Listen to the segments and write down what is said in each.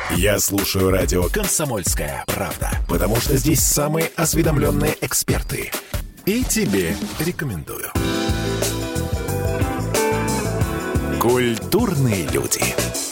Я слушаю радио «Комсомольская правда», потому что здесь самые осведомленные эксперты. И тебе рекомендую. Культурные люди.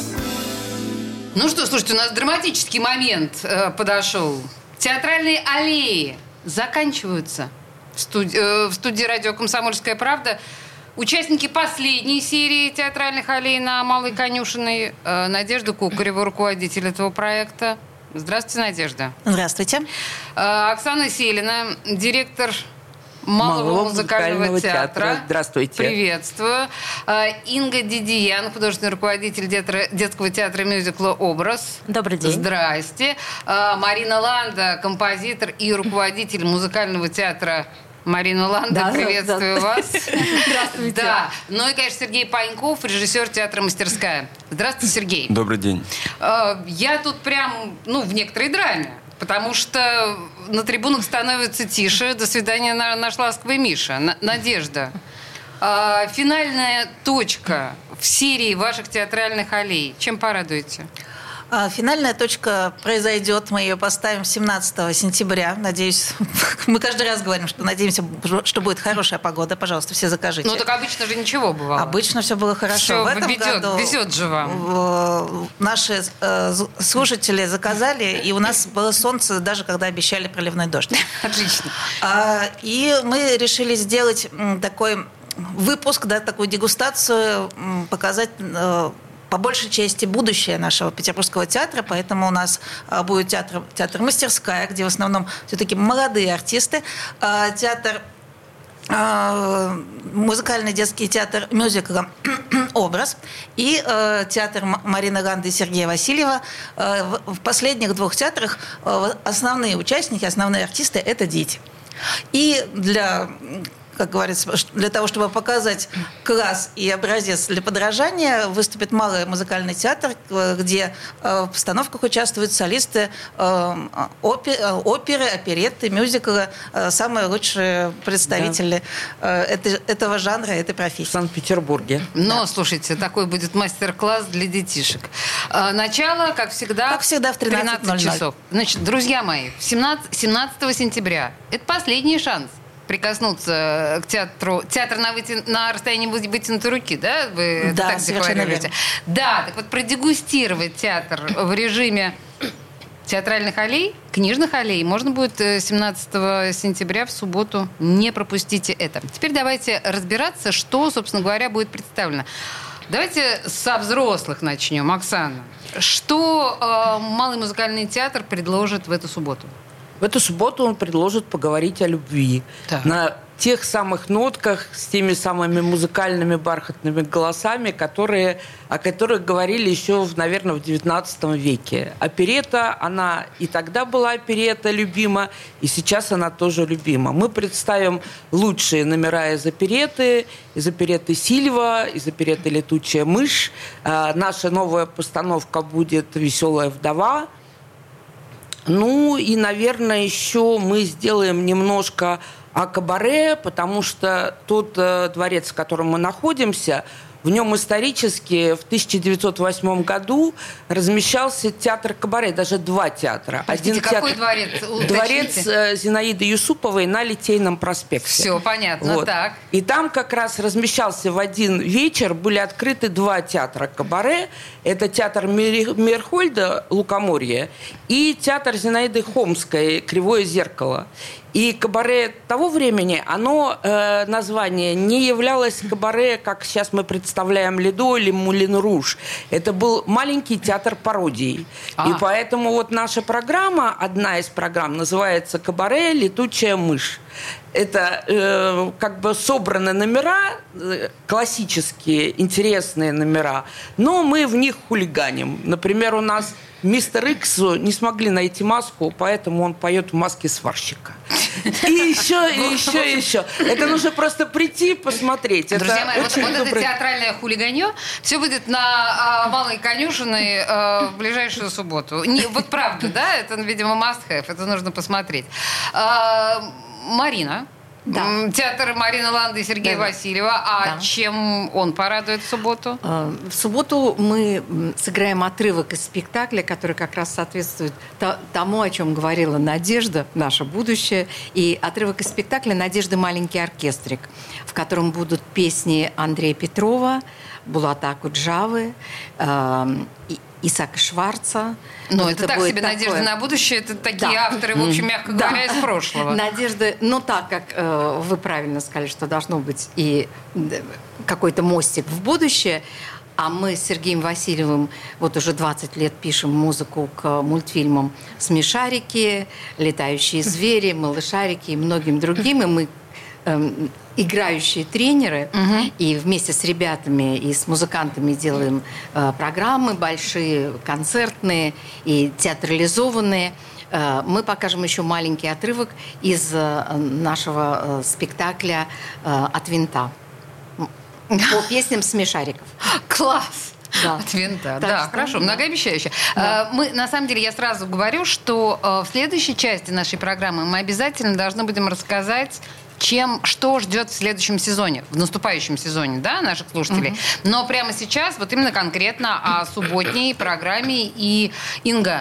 Ну что, слушайте, у нас драматический момент подошел. Театральные аллеи заканчиваются в студии радио «Комсомольская правда». Участники последней серии театральных аллей на Малой Конюшиной. Надежда Кукарева, руководитель этого проекта. Здравствуйте, Надежда. Здравствуйте. Оксана Селина, директор Малого музыкального театра. Здравствуйте. Приветствую. Инга Дидиян, художественный руководитель детского театра мюзикла «Образ». Добрый день. Здрасте. Марина Ланда, композитор и руководитель музыкального театра. Марина Ланда, приветствую вас. Здравствуйте. Да. Ну и, конечно, Сергей Паньков, режиссер театра «Мастерская». Здравствуйте, Сергей. Добрый день. Я тут прям, в некоторой драме. Потому что на трибунах становится тише. До свидания, наш ласковый Миша. Надежда. Финальная точка в серии ваших театральных аллей. Чем порадуете? Финальная точка произойдет. Мы ее поставим 17 сентября. Надеюсь, мы каждый раз говорим, что надеемся, что будет хорошая погода. Пожалуйста, все закажите. Ну, так обычно же ничего бывало. Обычно все было хорошо. Все в этом году везет же вам. Наши слушатели заказали, и у нас было солнце, даже когда обещали проливной дождь. Отлично. И мы решили сделать такой выпуск, такую дегустацию, показать по большей части будущее нашего Петербургского театра, поэтому у нас будет театр «Мастерская», где в основном все-таки молодые артисты, музыкальный детский театр мюзикла «Образ» и театр Марины Ланды и Сергея Васильева. В последних двух театрах основные участники, основные артисты – это дети. И как говорится, для того, чтобы показать класс и образец для подражания, выступит Малый музыкальный театр, где в постановках участвуют солисты оперы, оперетты, мюзикла, самые лучшие представители этого жанра, этой профессии. В Санкт-Петербурге. Но, слушайте, такой будет мастер-класс для детишек. Начало, как всегда в 13 часов. Значит, друзья мои, 17 сентября. Это последний шанс прикоснуться к театру. Театр на расстоянии вытянутой руки, да? Вы так декларируете? Да, так вот продегустировать театр в режиме театральных аллей, книжных аллей можно будет 17 сентября в субботу. Не пропустите это. Теперь давайте разбираться, что, собственно говоря, будет представлено. Давайте со взрослых начнем. Оксана, что Малый музыкальный театр предложит в эту субботу? В эту субботу он предложит поговорить о любви. Так. На тех самых нотках, с теми самыми музыкальными бархатными голосами, о которых говорили еще, наверное, в XIX веке. Оперетта, она и тогда была оперетта любима, и сейчас она тоже любима. Мы представим лучшие номера из оперетты Сильва, из оперетты «Летучая мышь». Наша новая постановка будет «Веселая вдова». Ну и, наверное, еще мы сделаем немножко о кабаре, потому что тот дворец, в котором мы находимся, в нем исторически в 1908 году размещался театр кабаре, даже два театра. Простите, какой дворец? Дворец Зинаиды Юсуповой на Литейном проспекте. Все понятно, вот. Так. И там как раз размещался в один вечер, были открыты два театра кабаре. Это театр Мейерхольда «Лукоморье» и театр Зинаиды Хомской «Кривое зеркало». И кабаре того времени, название не являлось кабаре, как сейчас мы представляем Лидо или Мулин Руж. Это был маленький театр пародий. И поэтому вот наша программа, одна из программ, называется «Кабаре. Летучая мышь». Это как бы собраны номера, классические, интересные номера, но мы в них хулиганим. Например, у нас мистер Иксу не смогли найти маску, поэтому он поет в маске сварщика. И еще. Это нужно просто прийти, посмотреть. Друзья мои, вот это театральное хулиганье, все будет на Малой Конюшиной в ближайшую субботу. Вот правда, да? Это, видимо, must have, это нужно посмотреть. Марина, Театр Марины Ланды и Сергея Васильева. А чем он порадует в субботу? В субботу мы сыграем отрывок из спектакля, который как раз соответствует тому, о чем говорила Надежда, наше будущее. И отрывок из спектакля «Надежды. Маленький оркестрик», в котором будут песни Андрея Петрова, Булата Акуджавы, Исаака Шварца. Ну, это так себе такое... надежда на будущее. Это такие авторы, в общем, мягко говоря, из прошлого. Надежда, так как вы правильно сказали, что должно быть и какой-то мостик в будущее, а мы с Сергеем Васильевым вот уже 20 лет пишем музыку к мультфильмам «Смешарики», «Летающие звери», «Малышарики» и многим другим. И мы играющие тренеры, и вместе с ребятами и с музыкантами делаем программы большие, концертные и театрализованные. Мы покажем еще маленький отрывок из нашего спектакля «От винта» по песням смешариков. Класс! Да. От винта. Да, хорошо, многообещающе. Да. Мы, на самом деле, я сразу говорю, что в следующей части нашей программы мы обязательно должны будем рассказать, что ждет в следующем сезоне, в наступающем сезоне, да, наших слушателей. Но прямо сейчас, вот именно конкретно о субботней программе. И, Инга,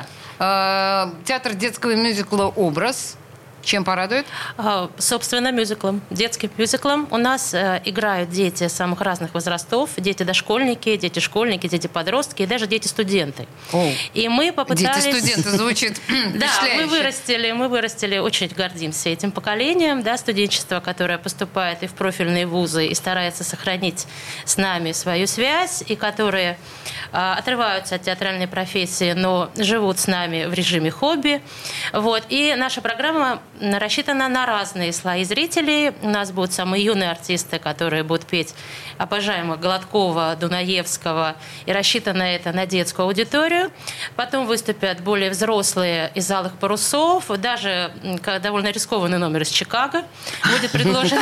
театр детского мюзикла «Образ». Чем порадует? Собственно, мюзиклом. Детским мюзиклом. У нас играют дети самых разных возрастов. Дети-дошкольники, дети-школьники, дети-подростки и даже дети-студенты. И мы попытались... Дети-студенты звучит впечатляюще. Да, мы вырастили, очень гордимся этим поколением, да, студенчество, которое поступает и в профильные вузы, и старается сохранить с нами свою связь, и которые отрываются от театральной профессии, но живут с нами в режиме хобби. Вот. И наша программа рассчитана на разные слои зрителей. У нас будут самые юные артисты, которые будут петь обожаемых Гладкова, Дунаевского, и рассчитано это на детскую аудиторию. Потом выступят более взрослые из «Алых парусов», даже довольно рискованный номер из Чикаго будет предложен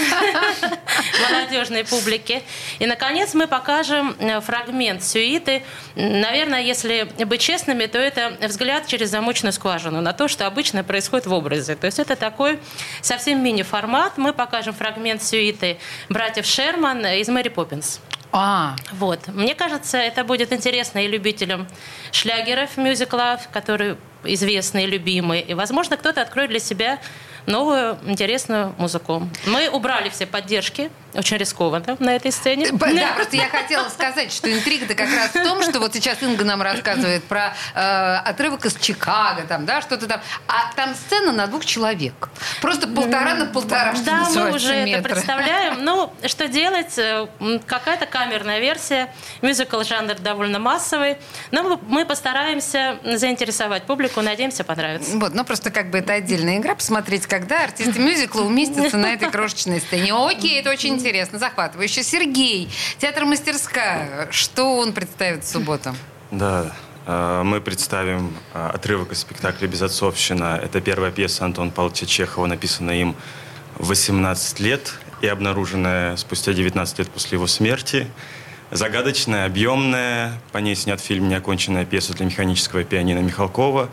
молодежной публике. И, наконец, мы покажем фрагмент сюиты. Наверное, если быть честными, то это взгляд через замочную скважину на то, что обычно происходит в образе. То есть это такой совсем мини-формат. Мы покажем фрагмент сюиты братьев Шерман из «Мэри Поппинс». Вот. Мне кажется, это будет интересно и любителям шлягеров, мюзиклов, которые известны и любимы. И, возможно, кто-то откроет для себя новую интересную музыку. Мы убрали все поддержки, очень рискованно на этой сцене. Да, просто я хотела сказать, что интрига-то как раз в том, что вот сейчас Инга нам рассказывает про отрывок из Чикаго, там, да, что-то там. А там сцена на 2 человек. Просто 1,5 на 1,5, что да, мы уже метра. это представляем. Ну, что делать? Какая-то камерная версия. Мюзикл жанр довольно массовый. Но мы постараемся заинтересовать публику. Надеемся, понравится. Вот, ну просто как бы это отдельная игра. Посмотреть, когда артисты мюзикла уместятся на этой крошечной сцене. Окей, это очень интересно, захватывающе. Сергей, театр «Мастерская». Что он представит в субботу? Да, мы представим отрывок из спектакля «Безотцовщина». Это первая пьеса Антона Павловича Чехова, написанная им в 18 лет и обнаруженная спустя 19 лет после его смерти. Загадочная, объемная. По ней снят фильм «Неоконченная пьеса для механического пианино» Михалкова.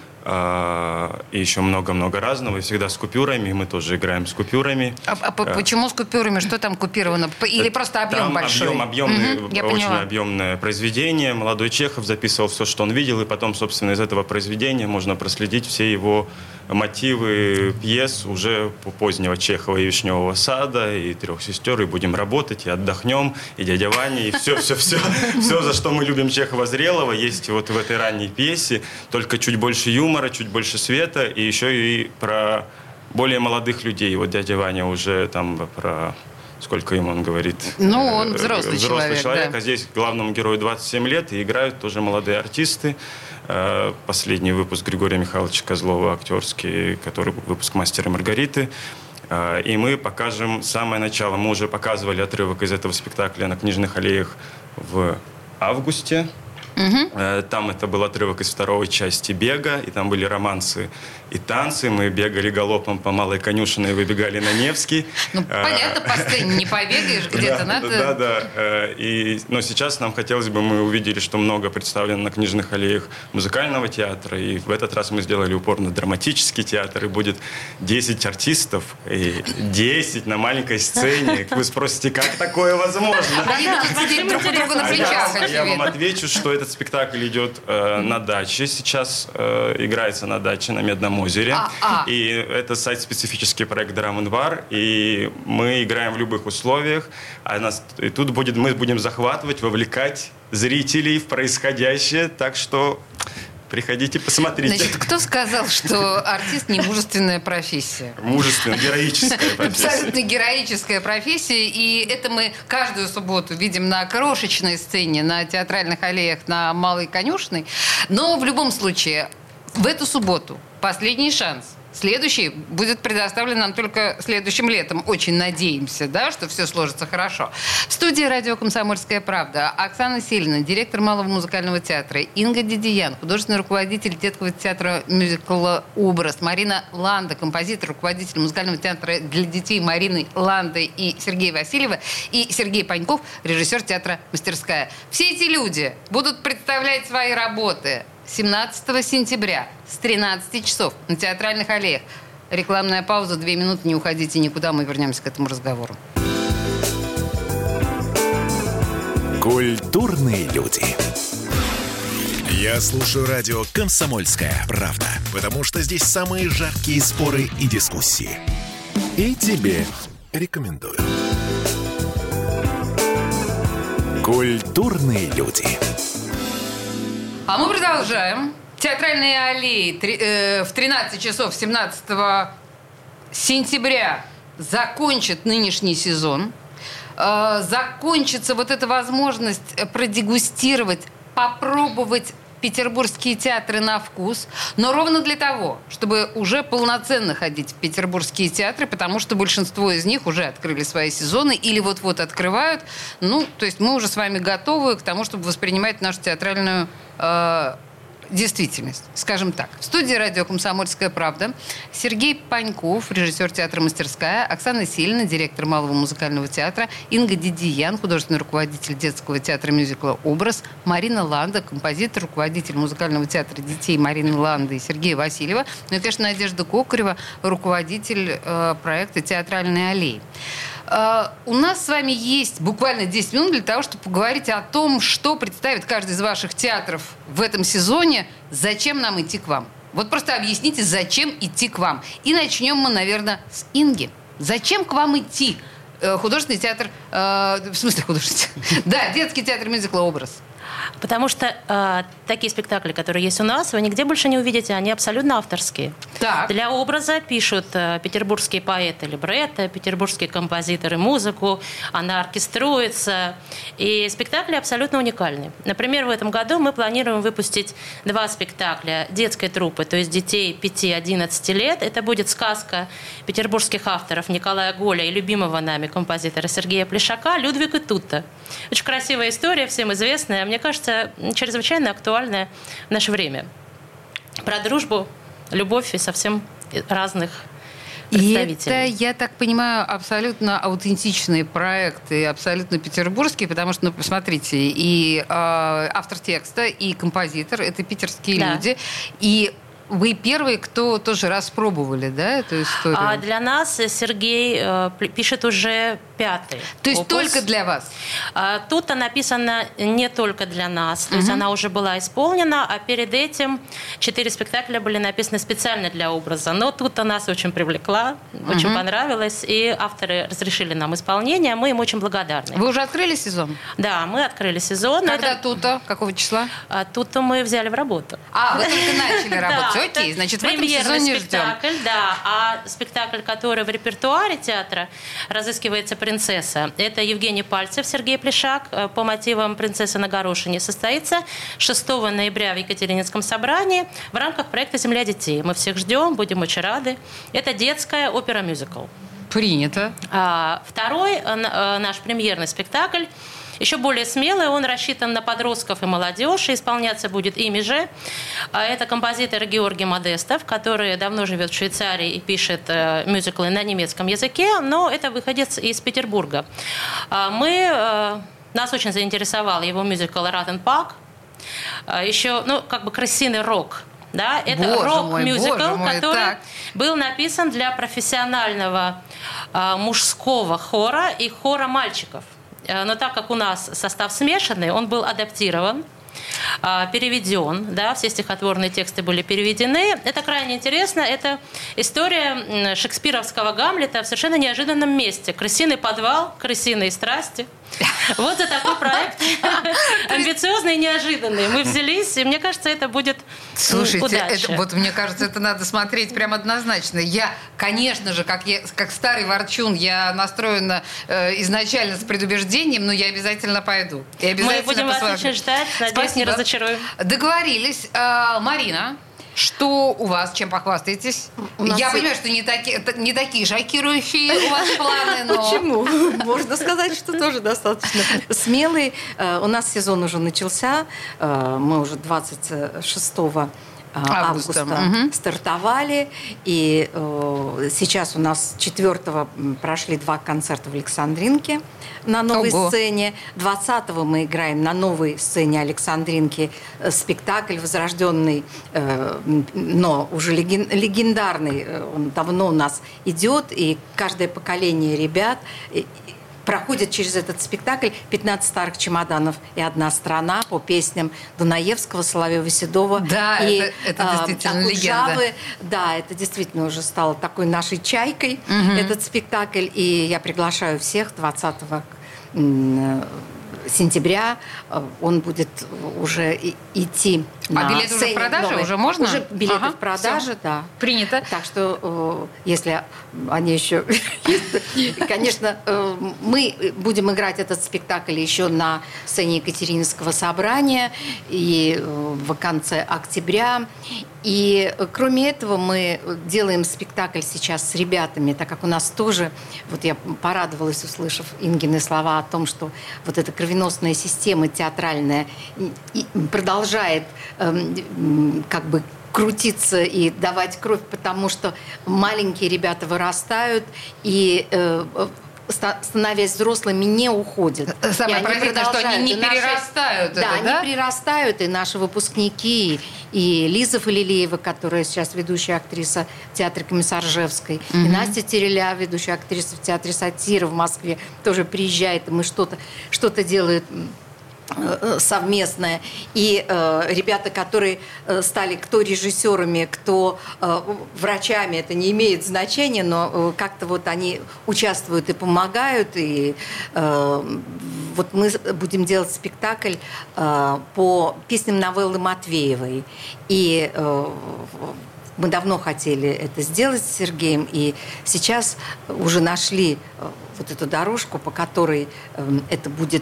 И еще много-много разного. И всегда с купюрами. Мы тоже играем с купюрами. Почему с купюрами? Что там купировано? Или просто объем там большой? Очень объемное произведение. Молодой Чехов записывал все, что он видел. И потом, собственно, из этого произведения можно проследить все его мотивы пьес уже позднего Чехова, и «Вишневого сада», и «Трех сестер», и «Будем работать», и «Отдохнем», и «Дядя Ваня», и все, за что мы любим Чехова зрелого, есть вот в этой ранней пьесе, только чуть больше юмора, чуть больше света, и еще и про более молодых людей. Вот дядя Ваня уже там про... Сколько ему он говорит? Ну, он взрослый человек, да. А здесь главному герою 27 лет, и играют тоже молодые артисты. Последний выпуск Григория Михайловича Козлова, актерский, который выпуск «Мастера и Маргариты». И мы покажем самое начало. Мы уже показывали отрывок из этого спектакля на Книжных аллеях в августе. Там это был отрывок из второй части «Бега», и там были романсы и танцы. Мы бегали галопом по Малой Конюшиной и выбегали на Невский. Ну, понятно, по сцене не побегаешь, где-то надо... Да. Но сейчас нам хотелось бы, мы увидели, что много представлено на книжных аллеях музыкального театра, и в этот раз мы сделали упор на драматический театр, и будет 10 артистов, и 10 на маленькой сцене. Вы спросите, как такое возможно? Они будут сидеть друг у друга на плечах. Я вам отвечу, что этот спектакль идет на даче, сейчас играется на даче на Медном озере. И это сайт-специфический проект «Драм-н-Бар», и мы играем в любых условиях. И тут мы будем захватывать, вовлекать зрителей в происходящее, так что приходите, посмотрите. Значит, кто сказал, что артист не мужественная профессия? Мужественная, героическая профессия. Абсолютно героическая профессия. И это мы каждую субботу видим на крошечной сцене, на театральных аллеях, на Малой Конюшной. Но в любом случае, в эту субботу последний шанс. Следующий будет предоставлен нам только следующим летом. Очень надеемся, да, что все сложится хорошо. В студии радио «Комсомольская правда» Оксана Силина, директор Малого музыкального театра, Инга Дидиян, художественный руководитель детского театра мюзикла «Образ», Марина Ланда, композитор, руководитель музыкального театра для детей Марины Ланды и Сергея Васильева, и Сергей Паньков, режиссер театра «Мастерская». Все эти люди будут представлять свои работы 17 сентября с 13 часов на театральных аллеях. Рекламная пауза, 2 минуты, не уходите никуда, мы вернемся к этому разговору. Культурные люди. Я слушаю радио «Комсомольская правда», потому что здесь самые жаркие споры и дискуссии. И тебе рекомендую. Культурные люди. А мы продолжаем. Театральные аллеи в 13 часов 17 сентября закончат нынешний сезон. Закончится вот эта возможность продегустировать, попробовать петербургские театры на вкус, но ровно для того, чтобы уже полноценно ходить в петербургские театры, потому что большинство из них уже открыли свои сезоны или вот-вот открывают. Ну, то есть мы уже с вами готовы к тому, чтобы воспринимать нашу театральную действительность, скажем так. В студии радио «Комсомольская правда» Сергей Паньков, режиссер театра «Мастерская», Оксана Силина, директор Малого музыкального театра, Инга Дидиян, художественный руководитель детского театра мюзикла «Образ», Марина Ланда, композитор, руководитель музыкального театра детей Марины Ланды и Сергея Васильева, ну и, конечно, Надежда Кокарева, руководитель проекта «Театральные аллеи». У нас с вами есть буквально 10 минут для того, чтобы поговорить о том, что представит каждый из ваших театров в этом сезоне, зачем нам идти к вам. Вот просто объясните, зачем идти к вам. И начнем мы, наверное, с Инги. Зачем к вам идти? Художественный театр... в смысле художественный? Да, детский театр мюзикла «Образ». Потому что такие спектакли, которые есть у нас, вы нигде больше не увидите, они абсолютно авторские. Так. Для «Образа» пишут петербургские поэты либретто, петербургские композиторы музыку, она оркеструется. И спектакли абсолютно уникальны. Например, в этом году мы планируем выпустить 2 спектакля детской труппы, то есть детей 5-11 лет. Это будет сказка петербургских авторов Николая Голя и любимого нами композитора Сергея Плешака «Людвиг и Тутта». Очень красивая история, всем известная, мне кажется, чрезвычайно актуальная в наше время. Про дружбу, любовь и совсем разных представителей. И это, я так понимаю, абсолютно аутентичные проекты, абсолютно петербургские, потому что, ну, посмотрите, и автор текста, и композитор — это питерские люди, и вы первые, кто тоже распробовали, да, эту историю? А для нас Сергей пишет уже 5-й. То есть только для вас? Тут написано не только для нас. То есть она уже была исполнена, а перед этим 4 спектакля были написаны специально для «Образа». Но тут нас очень привлекла, очень понравилось, и авторы разрешили нам исполнение, мы им очень благодарны. Вы уже открыли сезон? Да, мы открыли сезон. Когда Тута? Какого числа? Тута мы взяли в работу. Вы только начали работать. Окей, значит, в этом сезоне спектакль, ждем. Да, а спектакль, который в репертуаре театра разыскивается «Принцесса», это Евгений Пальцев, Сергей Плешак, по мотивам «Принцессы на горошине», состоится 6 ноября в Екатерининском собрании в рамках проекта «Земля детей». Мы всех ждем, будем очень рады. Это детская опера-мюзикл. Принято. Второй наш премьерный спектакль еще более смелый. Он рассчитан на подростков и молодежь. И исполняться будет ими же. Это композитор Георгий Модестов, который давно живет в Швейцарии и пишет мюзиклы на немецком языке, но это выходец из Петербурга. Нас очень заинтересовал его мюзикл «Ратенпак». Еще, крысиный рок. Да, это рок-мюзикл, который был написан для профессионального мужского хора и хора мальчиков. Но так как у нас состав смешанный, он был адаптирован, переведен, да, все стихотворные тексты были переведены. Это крайне интересно. Это история шекспировского Гамлета в совершенно неожиданном месте. Крысиный подвал, крысиные страсти. Вот за такой проект. Амбициозный и неожиданный. Мы взялись, и мне кажется, это будет удача. Мне кажется, это надо смотреть прям однозначно. Я, конечно же, как старый ворчун, я настроена изначально с предубеждением, но я обязательно пойду. Мы будем вас очень ждать. Надеюсь, не разочаруем. Договорились. Марина, что у вас, чем похвастаетесь? Я понимаю, что не такие шокирующие у вас планы, но... Почему? Можно сказать, что тоже достаточно смелый. У нас сезон уже начался. Мы уже 26 августа стартовали. И сейчас у нас 4-го прошли 2 концерта в Александринке на новой сцене. 20-го мы играем на новой сцене Александринки спектакль возрожденный, но уже легендарный. Он давно у нас идет, и каждое поколение ребят проходит через этот спектакль 15 старых чемоданов и одна страна по песням Дунаевского, Соловьева-Седова. Да, и, это действительно легенда. Да, это действительно уже стало такой нашей чайкой, этот спектакль. И я приглашаю всех 20 сентября. Он будет уже идти на билеты уже в продаже? Новой. Уже можно? Уже билеты в продаже, все. да. Принято. Так что, если они еще... Конечно, мы будем играть этот спектакль еще на сцене Екатерининского собрания и в конце октября. И кроме этого мы делаем спектакль сейчас с ребятами, так как у нас тоже, вот я порадовалась, услышав Ингины слова о том, что вот эта кровеносная система театральная продолжает как бы крутиться и давать кровь, потому что маленькие ребята вырастают и становясь взрослыми, не уходят. Самое поразительное, что они не перерастают. Да, они прирастают, и наши выпускники, и Лиза Фалилеева, которая сейчас ведущая актриса в театре Комиссаржевской, и Настя Тереля, ведущая актриса в театре Сатира в Москве, тоже приезжает, и мы что-то делают совместное. И ребята, которые стали кто режиссерами, кто врачами, это не имеет значения, но как-то вот они участвуют и помогают. И вот мы будем делать спектакль по песням новеллы Матвеевой. И мы давно хотели это сделать с Сергеем, и сейчас уже нашли вот эту дорожку, по которой это будет...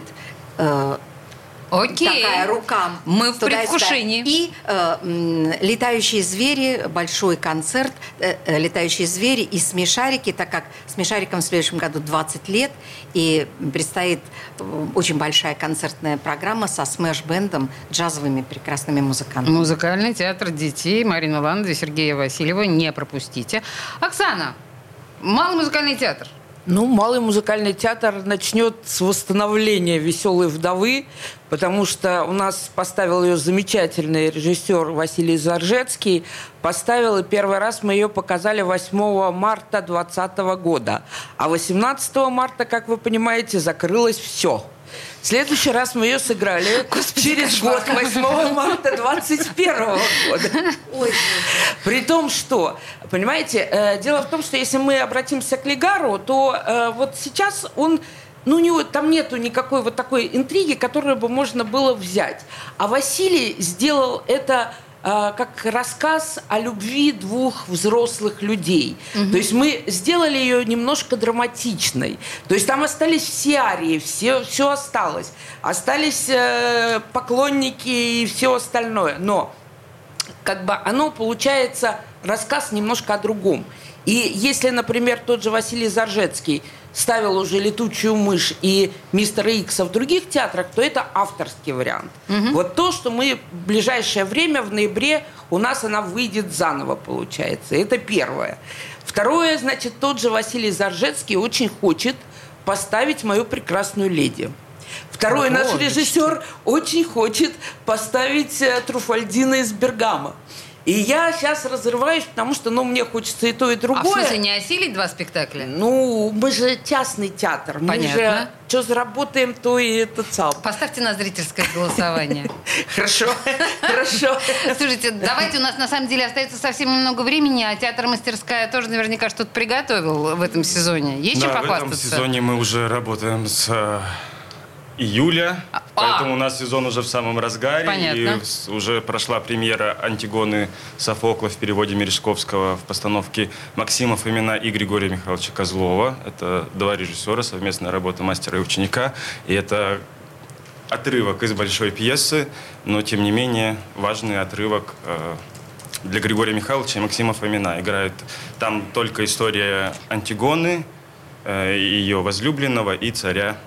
Окей. Такая рука. Мы в предвкушении. И «Летающие звери», большой концерт «Летающие звери» и «Смешарики», так как «Смешарикам» в следующем году 20 лет, и предстоит очень большая концертная программа со смэш-бендом, джазовыми прекрасными музыкантами. Музыкальный театр детей Марина Ланда и Сергея Васильева. Не пропустите. Оксана, Малый музыкальный театр. Малый музыкальный театр начнет с восстановления «Веселой вдовы», потому что у нас поставил ее замечательный режиссер Василий Заржецкий. Поставил, и первый раз мы ее показали 8 марта 2020 года. А 18 марта, как вы понимаете, закрылось все. В следующий раз мы ее сыграли через год, 8 марта 2021 года. Ой. При том, что, понимаете, дело в том, что если мы обратимся к Лигару, то вот сейчас он... у него там нету никакой вот такой интриги, которую бы можно было взять. А Василий сделал это как рассказ о любви двух взрослых людей. То есть мы сделали ее немножко драматичной. То есть там остались все арии, все осталось. Остались поклонники и все остальное. Но как бы оно получается рассказ немножко о другом. И если, например, тот же Василий Заржецкий ставил уже «Летучую мышь» и «Мистера Икса» в других театрах, то это авторский вариант. Вот то, что мы в ближайшее время, в ноябре, у нас она выйдет заново, получается. Это первое. Второе, значит, тот же Василий Заржецкий очень хочет поставить «Мою прекрасную леди». Второй наш режиссер очень хочет поставить Труфальдина из Бергама. И я сейчас разрываюсь, потому что, мне хочется и то, и другое. А в смысле не осилить 2 спектакля? Мы же частный театр. Понятно. Мы же что заработаем, то и этот сам. Поставьте на зрительское голосование. Хорошо, хорошо. Слушайте, давайте, у нас на самом деле остается совсем немного времени, а театр-мастерская тоже наверняка что-то приготовил в этом сезоне. Есть чем похвастаться? В этом сезоне мы уже работаем с июля, поэтому у нас сезон уже в самом разгаре. Понятно. И уже прошла премьера «Антигоны» Софокла в переводе Мережковского в постановке Максима Фомина и Григория Михайловича Козлова. Это 2 режиссера, совместная работа мастера и ученика. И это отрывок из большой пьесы, но, тем не менее, важный отрывок для Григория Михайловича и Максима Фомина. Играет там только история Антигоны, ее возлюбленного и царя.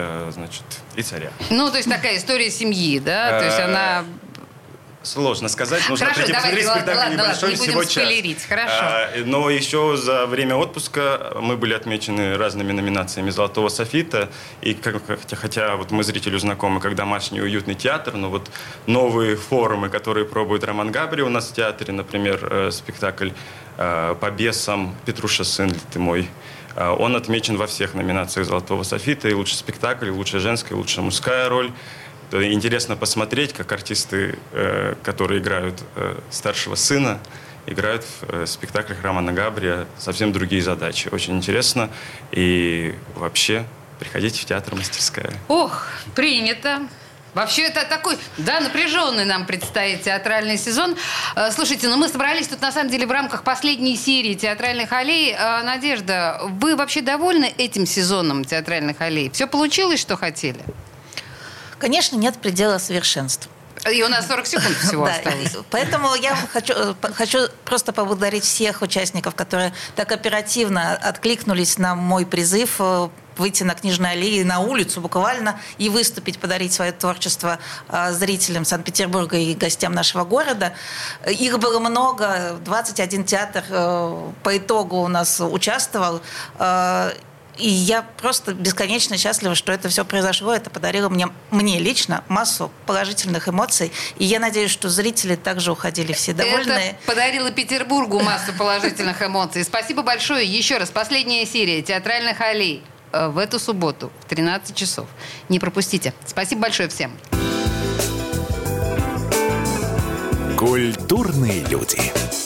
И царя. То есть такая история семьи, да? То есть она... Сложно сказать. Нужно прийти посмотреть спектакль небольшой, всего час. Хорошо. Но еще за время отпуска мы были отмечены разными номинациями «Золотого софита». И хотя мы зрителю знакомы как домашний уютный театр, но новые формы, которые пробует Роман Габри у нас в театре, например, спектакль «По бесам. Петруша, сын ты мой». Он отмечен во всех номинациях «Золотого софита». И лучший спектакль, и лучшая женская, и лучшая мужская роль. Интересно посмотреть, как артисты, которые играют старшего сына, играют в спектаклях Романа Габрия совсем другие задачи. Очень интересно. И вообще, приходите в театр-мастерская. Ох, принято. Вообще, это такой, напряженный нам предстоит театральный сезон. Слушайте, мы собрались тут, на самом деле, в рамках последней серии «Театральных аллей». Надежда, вы вообще довольны этим сезоном «Театральных аллей»? Все получилось, что хотели? Конечно, нет предела совершенств. И у нас 40 секунд всего осталось. Поэтому я хочу просто поблагодарить всех участников, которые так оперативно откликнулись на мой призыв выйти на Книжной аллее, на улицу буквально, и выступить, подарить свое творчество зрителям Санкт-Петербурга и гостям нашего города. Их было много, 21 театр по итогу у нас участвовал. И я просто бесконечно счастлива, что это все произошло. Это подарило мне лично массу положительных эмоций. И я надеюсь, что зрители также уходили все довольные. Это подарило Петербургу массу положительных эмоций. Спасибо большое. Еще раз, последняя серия «Театральных аллей» в эту субботу в 13 часов. Не пропустите. Спасибо большое всем. Культурные люди.